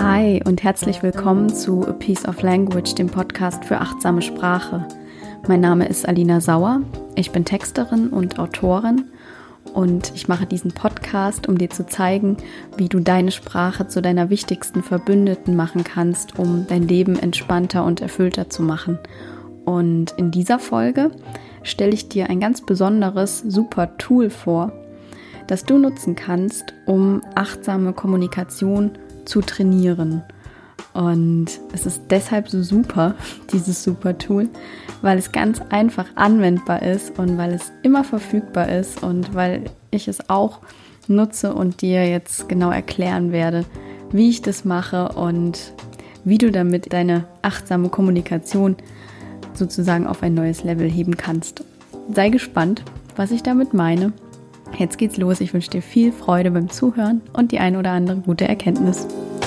Hi und herzlich willkommen zu A Piece of Language, dem Podcast für achtsame Sprache. Mein Name ist Alina Sauer, ich bin Texterin und Autorin und ich mache diesen Podcast, um dir zu zeigen, wie du deine Sprache zu deiner wichtigsten Verbündeten machen kannst, um dein Leben entspannter und erfüllter zu machen. Und in dieser Folge stelle ich dir ein ganz besonderes, super Tool vor, das du nutzen kannst, um achtsame Kommunikation zu trainieren. Und es ist deshalb so super, dieses super Tool, weil es ganz einfach anwendbar ist und weil es immer verfügbar ist und weil ich es auch nutze und dir jetzt genau erklären werde, wie ich das mache und wie du damit deine achtsame Kommunikation sozusagen auf ein neues Level heben kannst. Sei gespannt, was ich damit meine. Jetzt geht's los. Ich wünsche dir viel Freude beim Zuhören und die ein oder andere gute Erkenntnis.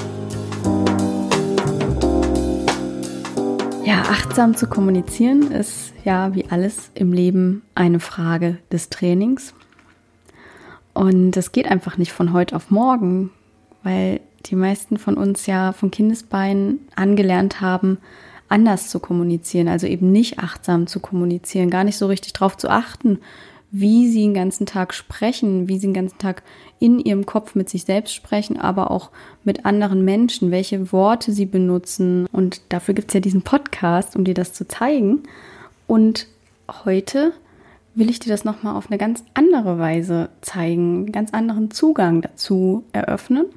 Ja, achtsam zu kommunizieren ist ja wie alles im Leben eine Frage des Trainings. Und das geht einfach nicht von heute auf morgen, weil die meisten von uns ja von Kindesbeinen angelernt haben, anders zu kommunizieren, also eben nicht achtsam zu kommunizieren, gar nicht so richtig drauf zu achten, wie sie den ganzen Tag sprechen, wie sie den ganzen Tag in ihrem Kopf mit sich selbst sprechen, aber auch mit anderen Menschen, welche Worte sie benutzen. Und dafür gibt es ja diesen Podcast, um dir das zu zeigen. Und heute will ich dir das nochmal auf eine ganz andere Weise zeigen, einen ganz anderen Zugang dazu eröffnen,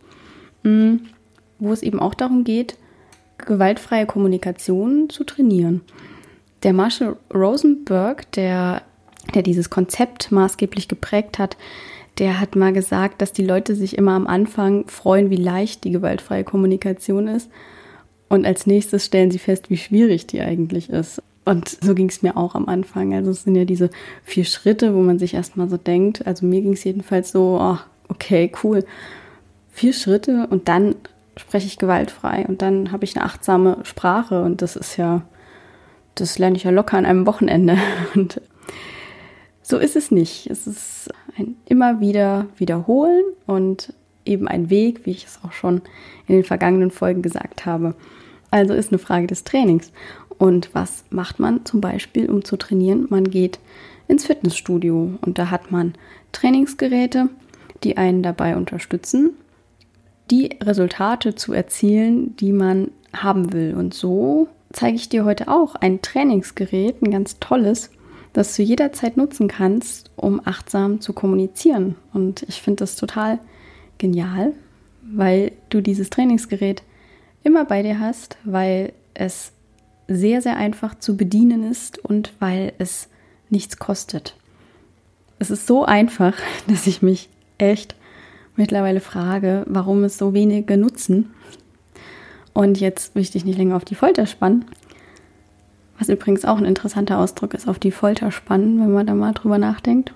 wo es eben auch darum geht, gewaltfreie Kommunikation zu trainieren. Der Marshall Rosenberg, der dieses Konzept maßgeblich geprägt hat, der hat mal gesagt, dass die Leute sich immer am Anfang freuen, wie leicht die gewaltfreie Kommunikation ist. Und als nächstes stellen sie fest, wie schwierig die eigentlich ist. Und so ging es mir auch am Anfang. Also es sind ja diese 4 Schritte, wo man sich erstmal so denkt. Also mir ging es jedenfalls so, oh, okay, cool. 4 Schritte und dann spreche ich gewaltfrei. Und dann habe ich eine achtsame Sprache. Und das lerne ich ja locker an einem Wochenende. Und so ist es nicht. Es ist ein immer wieder Wiederholen und eben ein Weg, wie ich es auch schon in den vergangenen Folgen gesagt habe. Also ist eine Frage des Trainings. Und was macht man zum Beispiel, um zu trainieren? Man geht ins Fitnessstudio und da hat man Trainingsgeräte, die einen dabei unterstützen, die Resultate zu erzielen, die man haben will. Und so zeige ich dir heute auch ein Trainingsgerät, ein ganz tolles, das du jederzeit nutzen kannst, um achtsam zu kommunizieren. Und ich finde das total genial, weil du dieses Trainingsgerät immer bei dir hast, weil es sehr, sehr einfach zu bedienen ist und weil es nichts kostet. Es ist so einfach, dass ich mich echt mittlerweile frage, warum es so wenige nutzen. Und jetzt will ich dich nicht länger auf die Folter spannen. Was übrigens auch ein interessanter Ausdruck ist, auf die Folter spannen, wenn man da mal drüber nachdenkt.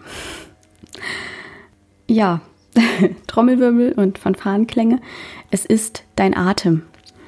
Ja, Trommelwirbel und Fanfarenklänge. Es ist dein Atem.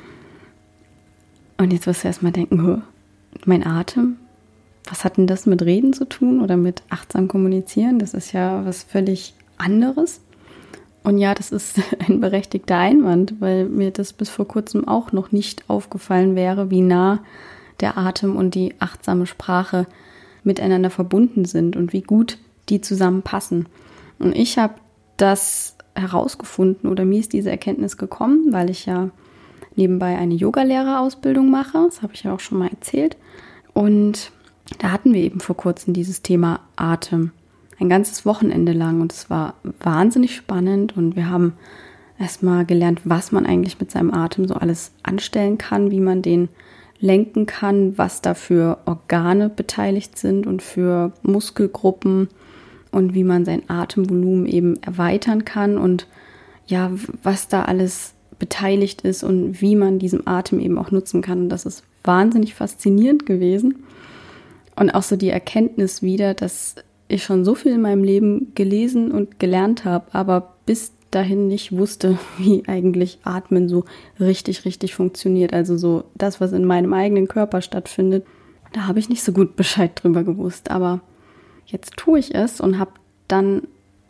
Und jetzt wirst du erstmal denken, mein Atem? Was hat denn das mit Reden zu tun oder mit achtsam kommunizieren? Das ist ja was völlig anderes. Und ja, das ist ein berechtigter Einwand, weil mir das bis vor kurzem auch noch nicht aufgefallen wäre, wie nah der Atem und die achtsame Sprache miteinander verbunden sind und wie gut die zusammenpassen. Und ich habe das herausgefunden oder mir ist diese Erkenntnis gekommen, weil ich ja nebenbei eine Yogalehrerausbildung mache. Das habe ich ja auch schon mal erzählt. Und da hatten wir eben vor kurzem dieses Thema Atem. Ein ganzes Wochenende lang und es war wahnsinnig spannend und wir haben erstmal gelernt, was man eigentlich mit seinem Atem so alles anstellen kann, wie man den lenken kann, was da für Organe beteiligt sind und für Muskelgruppen und wie man sein Atemvolumen eben erweitern kann und ja, was da alles beteiligt ist und wie man diesen Atem eben auch nutzen kann. Und das ist wahnsinnig faszinierend gewesen. Und auch so die Erkenntnis wieder, dass ich schon so viel in meinem Leben gelesen und gelernt habe, aber bis dahin nicht wusste, wie eigentlich Atmen so richtig, richtig funktioniert. Also so das, was in meinem eigenen Körper stattfindet, da habe ich nicht so gut Bescheid drüber gewusst. Aber jetzt tue ich es und habe dann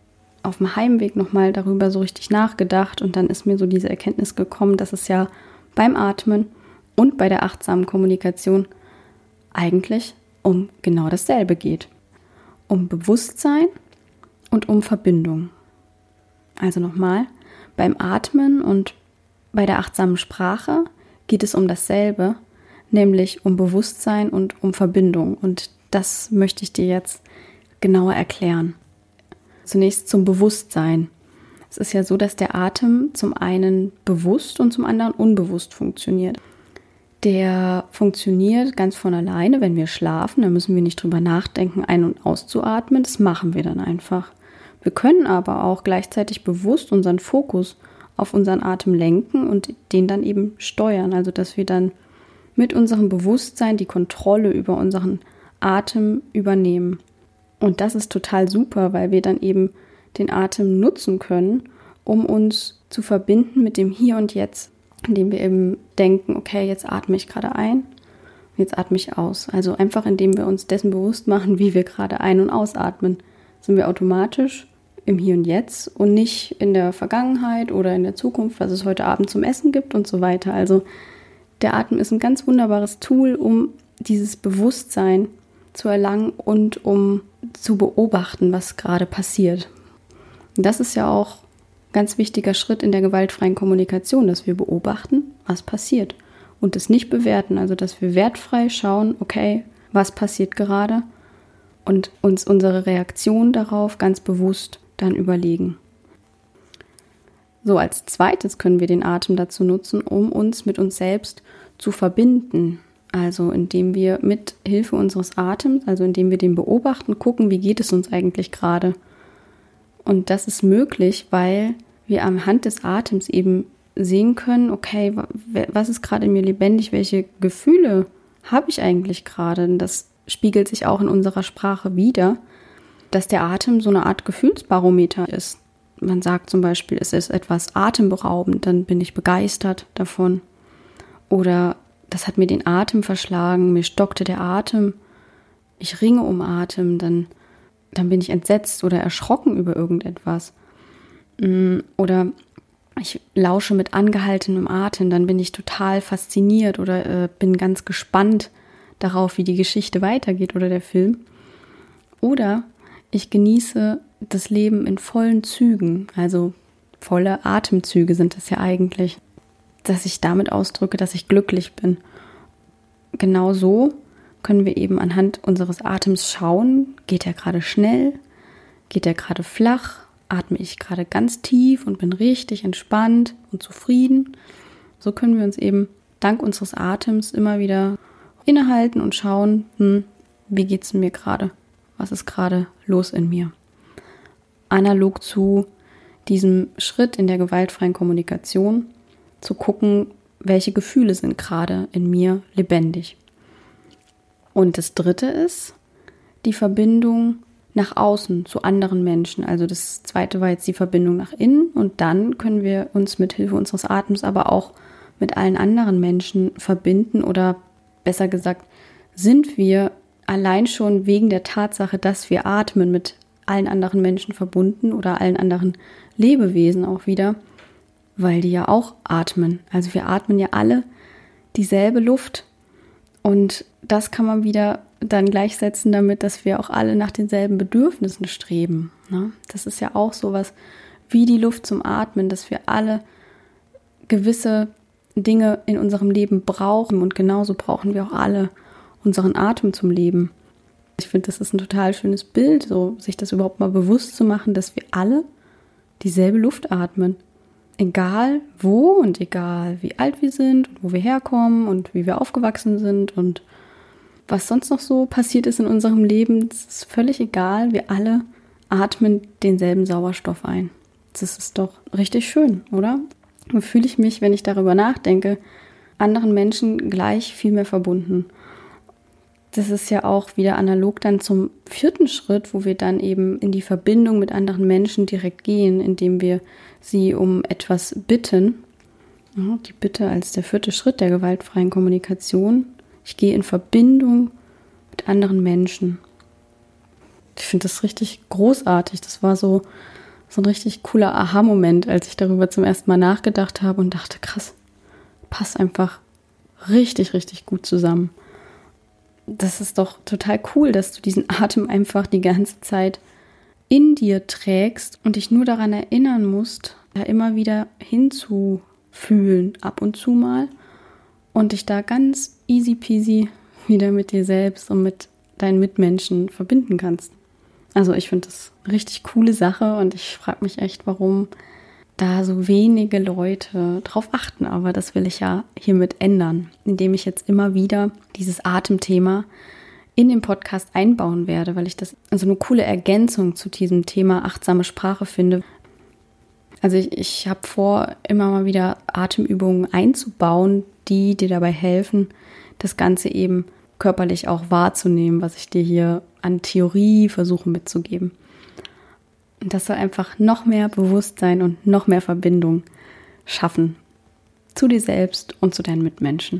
auf dem Heimweg nochmal darüber so richtig nachgedacht und dann ist mir so diese Erkenntnis gekommen, dass es ja beim Atmen und bei der achtsamen Kommunikation eigentlich um genau dasselbe geht. Um Bewusstsein und um Verbindung. Also nochmal, beim Atmen und bei der achtsamen Sprache geht es um dasselbe, nämlich um Bewusstsein und um Verbindung. Und das möchte ich dir jetzt genauer erklären. Zunächst zum Bewusstsein. Es ist ja so, dass der Atem zum einen bewusst und zum anderen unbewusst funktioniert. Der funktioniert ganz von alleine, wenn wir schlafen. Da müssen wir nicht drüber nachdenken, ein- und auszuatmen. Das machen wir dann einfach. Wir können aber auch gleichzeitig bewusst unseren Fokus auf unseren Atem lenken und den dann eben steuern. Also dass wir dann mit unserem Bewusstsein die Kontrolle über unseren Atem übernehmen. Und das ist total super, weil wir dann eben den Atem nutzen können, um uns zu verbinden mit dem Hier und Jetzt, indem wir eben denken, okay, jetzt atme ich gerade ein und jetzt atme ich aus. Also einfach, indem wir uns dessen bewusst machen, wie wir gerade ein- und ausatmen, sind wir automatisch im Hier und Jetzt und nicht in der Vergangenheit oder in der Zukunft, was es heute Abend zum Essen gibt und so weiter. Also der Atem ist ein ganz wunderbares Tool, um dieses Bewusstsein zu erlangen und um zu beobachten, was gerade passiert. Und das ist ja auch ein ganz wichtiger Schritt in der gewaltfreien Kommunikation, dass wir beobachten, was passiert und es nicht bewerten. Also dass wir wertfrei schauen, okay, was passiert gerade und uns unsere Reaktion darauf ganz bewusst dann überlegen. So, als zweites können wir den Atem dazu nutzen, um uns mit uns selbst zu verbinden. Also indem wir mit Hilfe unseres Atems, also indem wir den beobachten, gucken, wie geht es uns eigentlich gerade. Und das ist möglich, weil wir anhand des Atems eben sehen können, okay, was ist gerade in mir lebendig, welche Gefühle habe ich eigentlich gerade? Und das spiegelt sich auch in unserer Sprache wider, dass der Atem so eine Art Gefühlsbarometer ist. Man sagt zum Beispiel, es ist etwas atemberaubend, dann bin ich begeistert davon. Oder das hat mir den Atem verschlagen, mir stockte der Atem, ich ringe um Atem, dann bin ich entsetzt oder erschrocken über irgendetwas. Oder ich lausche mit angehaltenem Atem, dann bin ich total fasziniert oder bin ganz gespannt darauf, wie die Geschichte weitergeht oder der Film. Oder ich genieße das Leben in vollen Zügen, also volle Atemzüge sind das ja eigentlich, dass ich damit ausdrücke, dass ich glücklich bin. Genau so können wir eben anhand unseres Atems schauen, geht er gerade schnell, geht er gerade flach, atme ich gerade ganz tief und bin richtig entspannt und zufrieden. So können wir uns eben dank unseres Atems immer wieder innehalten und schauen, wie geht es mir gerade, was ist gerade los in mir. Analog zu diesem Schritt in der gewaltfreien Kommunikation, zu gucken, welche Gefühle sind gerade in mir lebendig. Und das dritte ist die Verbindung nach außen zu anderen Menschen. Also das zweite war jetzt die Verbindung nach innen und dann können wir uns mit Hilfe unseres Atems aber auch mit allen anderen Menschen verbinden oder besser gesagt, sind wir allein schon wegen der Tatsache, dass wir atmen, mit allen anderen Menschen verbunden oder allen anderen Lebewesen auch wieder, weil die ja auch atmen. Also wir atmen ja alle dieselbe Luft und das kann man wieder dann gleichsetzen damit, dass wir auch alle nach denselben Bedürfnissen streben. Ne? Das ist ja auch sowas wie die Luft zum Atmen, dass wir alle gewisse Dinge in unserem Leben brauchen und genauso brauchen wir auch alle unseren Atem zum Leben. Ich finde, das ist ein total schönes Bild, so sich das überhaupt mal bewusst zu machen, dass wir alle dieselbe Luft atmen. Egal wo und egal wie alt wir sind und wo wir herkommen und wie wir aufgewachsen sind und was sonst noch so passiert ist in unserem Leben, das ist völlig egal. Wir alle atmen denselben Sauerstoff ein. Das ist doch richtig schön, oder? Und fühle ich mich, wenn ich darüber nachdenke, anderen Menschen gleich viel mehr verbunden. Das ist ja auch wieder analog dann zum vierten Schritt, wo wir dann eben in die Verbindung mit anderen Menschen direkt gehen, indem wir sie um etwas bitten. Ja, die Bitte als der vierte Schritt der gewaltfreien Kommunikation. Ich gehe in Verbindung mit anderen Menschen. Ich finde das richtig großartig. Das war so so ein richtig cooler Aha-Moment, als ich darüber zum ersten Mal nachgedacht habe und dachte, krass, passt einfach richtig, richtig gut zusammen. Das ist doch total cool, dass du diesen Atem einfach die ganze Zeit in dir trägst und dich nur daran erinnern musst, da immer wieder hinzufühlen, ab und zu mal, und dich da ganz easy peasy wieder mit dir selbst und mit deinen Mitmenschen verbinden kannst. Also ich finde das eine richtig coole Sache und ich frage mich echt, warum da so wenige Leute drauf achten. Aber das will ich ja hiermit ändern, indem ich jetzt immer wieder dieses Atemthema in den Podcast einbauen werde, weil ich das also eine coole Ergänzung zu diesem Thema achtsame Sprache finde. Also ich habe vor, immer mal wieder Atemübungen einzubauen, die dir dabei helfen, das Ganze eben körperlich auch wahrzunehmen, was ich dir hier an Theorie versuche mitzugeben. Und das soll einfach noch mehr Bewusstsein und noch mehr Verbindung schaffen zu dir selbst und zu deinen Mitmenschen.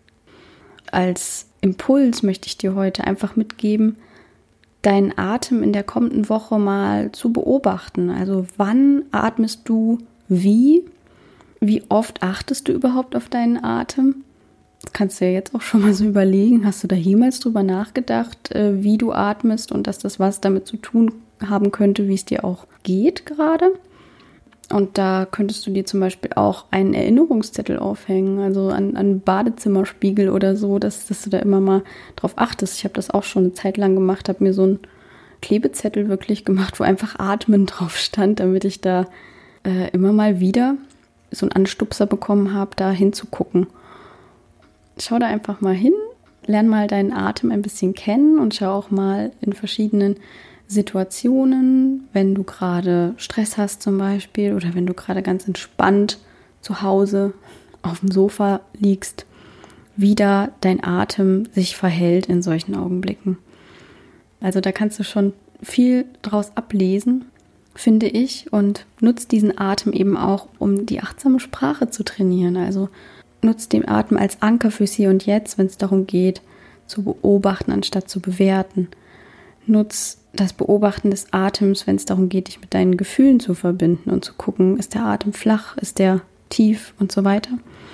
Als Impuls möchte ich dir heute einfach mitgeben, deinen Atem in der kommenden Woche mal zu beobachten. Also wann atmest du wie? Wie oft achtest du überhaupt auf deinen Atem? Das kannst du ja jetzt auch schon mal so überlegen. Hast du da jemals drüber nachgedacht, wie du atmest und dass das was damit zu tun haben könnte, wie es dir auch geht gerade? Und da könntest du dir zum Beispiel auch einen Erinnerungszettel aufhängen, also an Badezimmerspiegel oder so, dass du da immer mal drauf achtest. Ich habe das auch schon eine Zeit lang gemacht, habe mir so einen Klebezettel wirklich gemacht, wo einfach Atmen drauf stand, damit ich da immer mal wieder so einen Anstupser bekommen habe, da hinzugucken. Schau da einfach mal hin, lern mal deinen Atem ein bisschen kennen und schau auch mal in verschiedenen Situationen, wenn du gerade Stress hast zum Beispiel oder wenn du gerade ganz entspannt zu Hause auf dem Sofa liegst, wie da dein Atem sich verhält in solchen Augenblicken. Also da kannst du schon viel draus ablesen, finde ich, und nutzt diesen Atem eben auch, um die achtsame Sprache zu trainieren. Also nutzt den Atem als Anker fürs Hier und Jetzt, wenn es darum geht, zu beobachten, anstatt zu bewerten. Nutz das Beobachten des Atems, wenn es darum geht, dich mit deinen Gefühlen zu verbinden und zu gucken, ist der Atem flach, ist der tief und so weiter.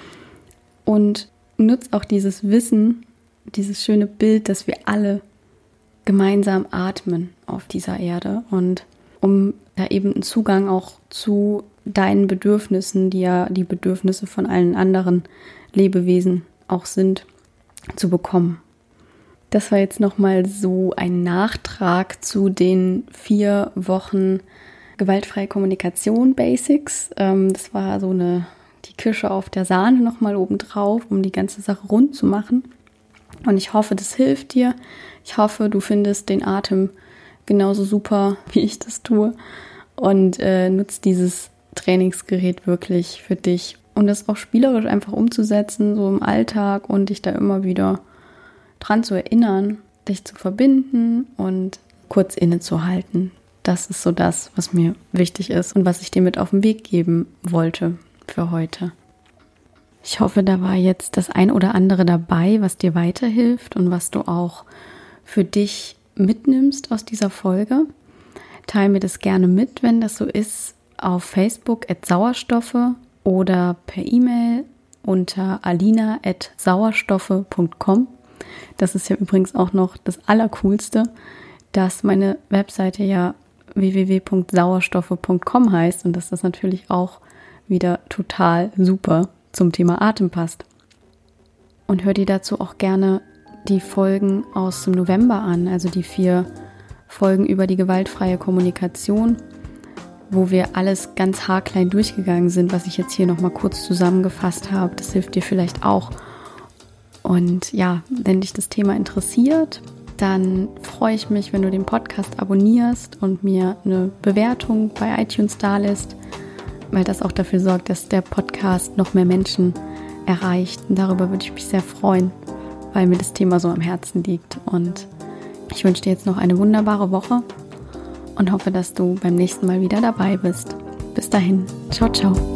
Und nutz auch dieses Wissen, dieses schöne Bild, dass wir alle gemeinsam atmen auf dieser Erde, und um da eben einen Zugang auch zu deinen Bedürfnissen, die ja die Bedürfnisse von allen anderen Lebewesen auch sind, zu bekommen. Das war jetzt nochmal so ein Nachtrag zu den 4 Wochen gewaltfreie Kommunikation Basics. Das war so die Kirsche auf der Sahne nochmal obendrauf, um die ganze Sache rund zu machen. Und ich hoffe, das hilft dir. Ich hoffe, du findest den Atem genauso super, wie ich das tue, und nutzt dieses Trainingsgerät wirklich für dich, um das auch spielerisch einfach umzusetzen, so im Alltag, und dich da immer wieder dran zu erinnern, dich zu verbinden und kurz innezuhalten. Das ist so das, was mir wichtig ist und was ich dir mit auf den Weg geben wollte für heute. Ich hoffe, da war jetzt das ein oder andere dabei, was dir weiterhilft und was du auch für dich mitnimmst aus dieser Folge. Teil mir das gerne mit, wenn das so ist, auf Facebook @sauerstoffe oder per E-Mail unter alina@sauerstoffe.com. Das ist ja übrigens auch noch das Allercoolste, dass meine Webseite ja www.sauerstoffe.com heißt und dass das natürlich auch wieder total super zum Thema Atem passt. Und hör dir dazu auch gerne die Folgen aus dem November an, also die 4 Folgen über die gewaltfreie Kommunikation, wo wir alles ganz haarklein durchgegangen sind, was ich jetzt hier nochmal kurz zusammengefasst habe. Das hilft dir vielleicht auch. Und ja, wenn dich das Thema interessiert, dann freue ich mich, wenn du den Podcast abonnierst und mir eine Bewertung bei iTunes dalässt, weil das auch dafür sorgt, dass der Podcast noch mehr Menschen erreicht. Und darüber würde ich mich sehr freuen, weil mir das Thema so am Herzen liegt. Und ich wünsche dir jetzt noch eine wunderbare Woche und hoffe, dass du beim nächsten Mal wieder dabei bist. Bis dahin, ciao, ciao.